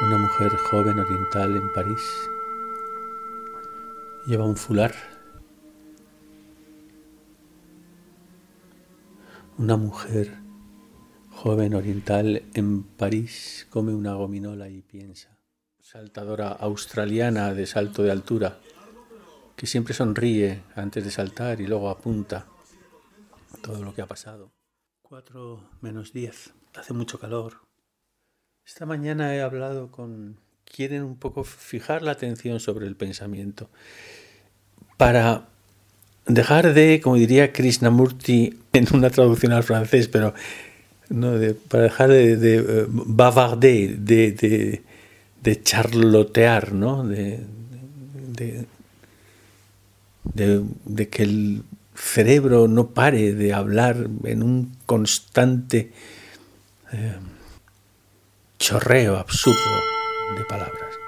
Una mujer joven oriental en París lleva un fular. Una mujer joven oriental en París come una gominola y piensa. Saltadora australiana de salto de altura, que siempre sonríe antes de saltar y luego apunta todo lo que ha pasado. 4:10, hace mucho calor. Esta mañana he hablado quieren un poco fijar la atención sobre el pensamiento para dejar de, como diría Krishnamurti en una traducción al francés, pero no, para dejar de bavarder, de charlotear, ¿no? De que el cerebro no pare de hablar en un constante chorreo absurdo de palabras.